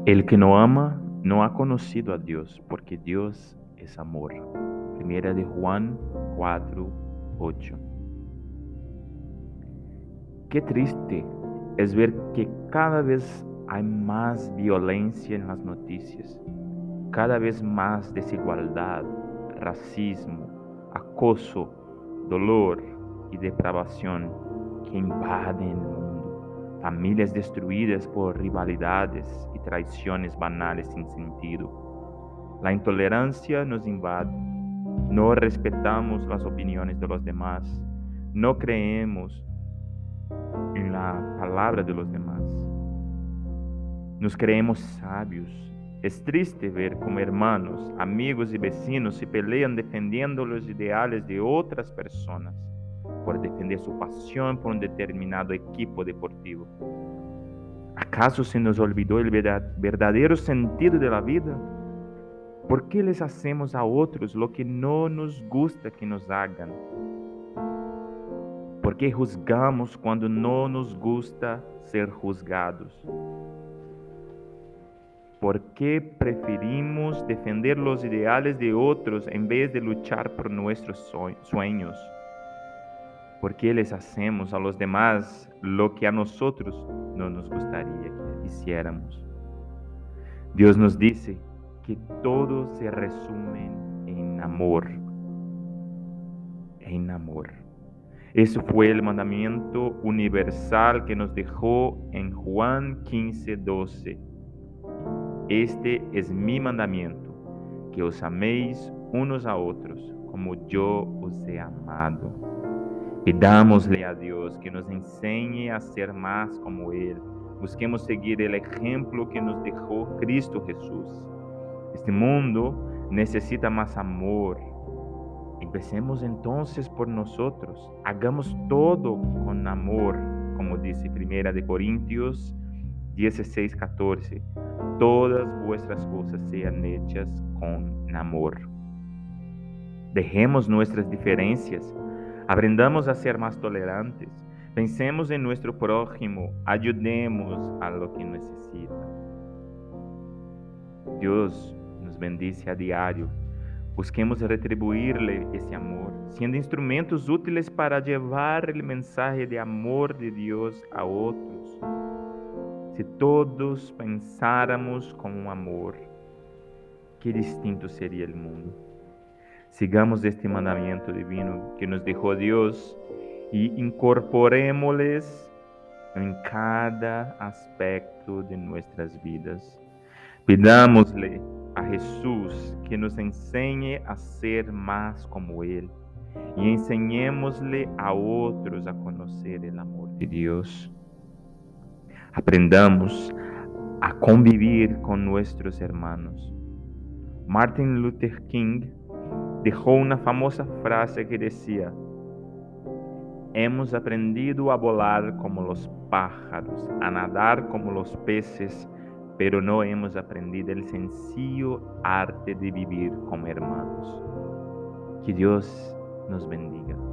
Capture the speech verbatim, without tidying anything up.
El que no ama no ha conocido a Dios, porque Dios es amor. Primera de Juan cuatro, ocho. Qué triste es ver que cada vez hay más violencia en las noticias, cada vez más desigualdad, racismo, acoso, dolor y depravación que invaden el mundo. Familias destruidas por rivalidades y traiciones banales sin sentido. La intolerancia nos invade. No respetamos las opiniones de los demás. No creemos en la palabra de los demás. Nos creemos sabios. Es triste ver cómo hermanos, amigos y vecinos se pelean defendiendo los ideales de otras personas por defender su pasión por un determinado equipo deportivo. ¿Acaso se nos olvidó el verdadero sentido de la vida? ¿Por qué les hacemos a otros lo que no nos gusta que nos hagan? ¿Por qué juzgamos cuando no nos gusta ser juzgados? ¿Por qué preferimos defender los ideales de otros en vez de luchar por nuestros sueños? ¿Por qué les hacemos a los demás lo que a nosotros no nos gustaría que hiciéramos? Dios nos dice que todo se resume en amor. En amor. Ese fue el mandamiento universal que nos dejó en Juan quince, doce. Este es mi mandamiento, que os améis unos a otros, como yo os he amado. Pidámosle a Dios que nos enseñe a ser más como Él. Busquemos seguir el ejemplo que nos dejó Cristo Jesús. Este mundo necesita más amor. Empecemos entonces por nosotros. Hagamos todo con amor, como dice Primera de Corintios dieciséis, catorce. Todas vuestras cosas sean hechas con amor. Dejemos nuestras diferencias. Aprendamos a ser más tolerantes. Pensemos en nuestro prójimo. Ayudemos a lo que necesita. Dios nos bendice a diario. Busquemos retribuirle ese amor, siendo instrumentos útiles para llevar el mensaje de amor de Dios a otros. Si todos pensáramos con amor, qué distinto sería el mundo. Sigamos este mandamiento divino que nos dejó Dios y incorporémosles en cada aspecto de nuestras vidas. Pidámosle a Jesús que nos enseñe a ser más como Él y enseñémosle a otros a conocer el amor de Dios. Aprendamos a convivir con nuestros hermanos. Martin Luther King dejó una famosa frase que decía: hemos aprendido a volar como los pájaros, a nadar como los peces, pero no hemos aprendido el sencillo arte de vivir como hermanos. Que Dios nos bendiga.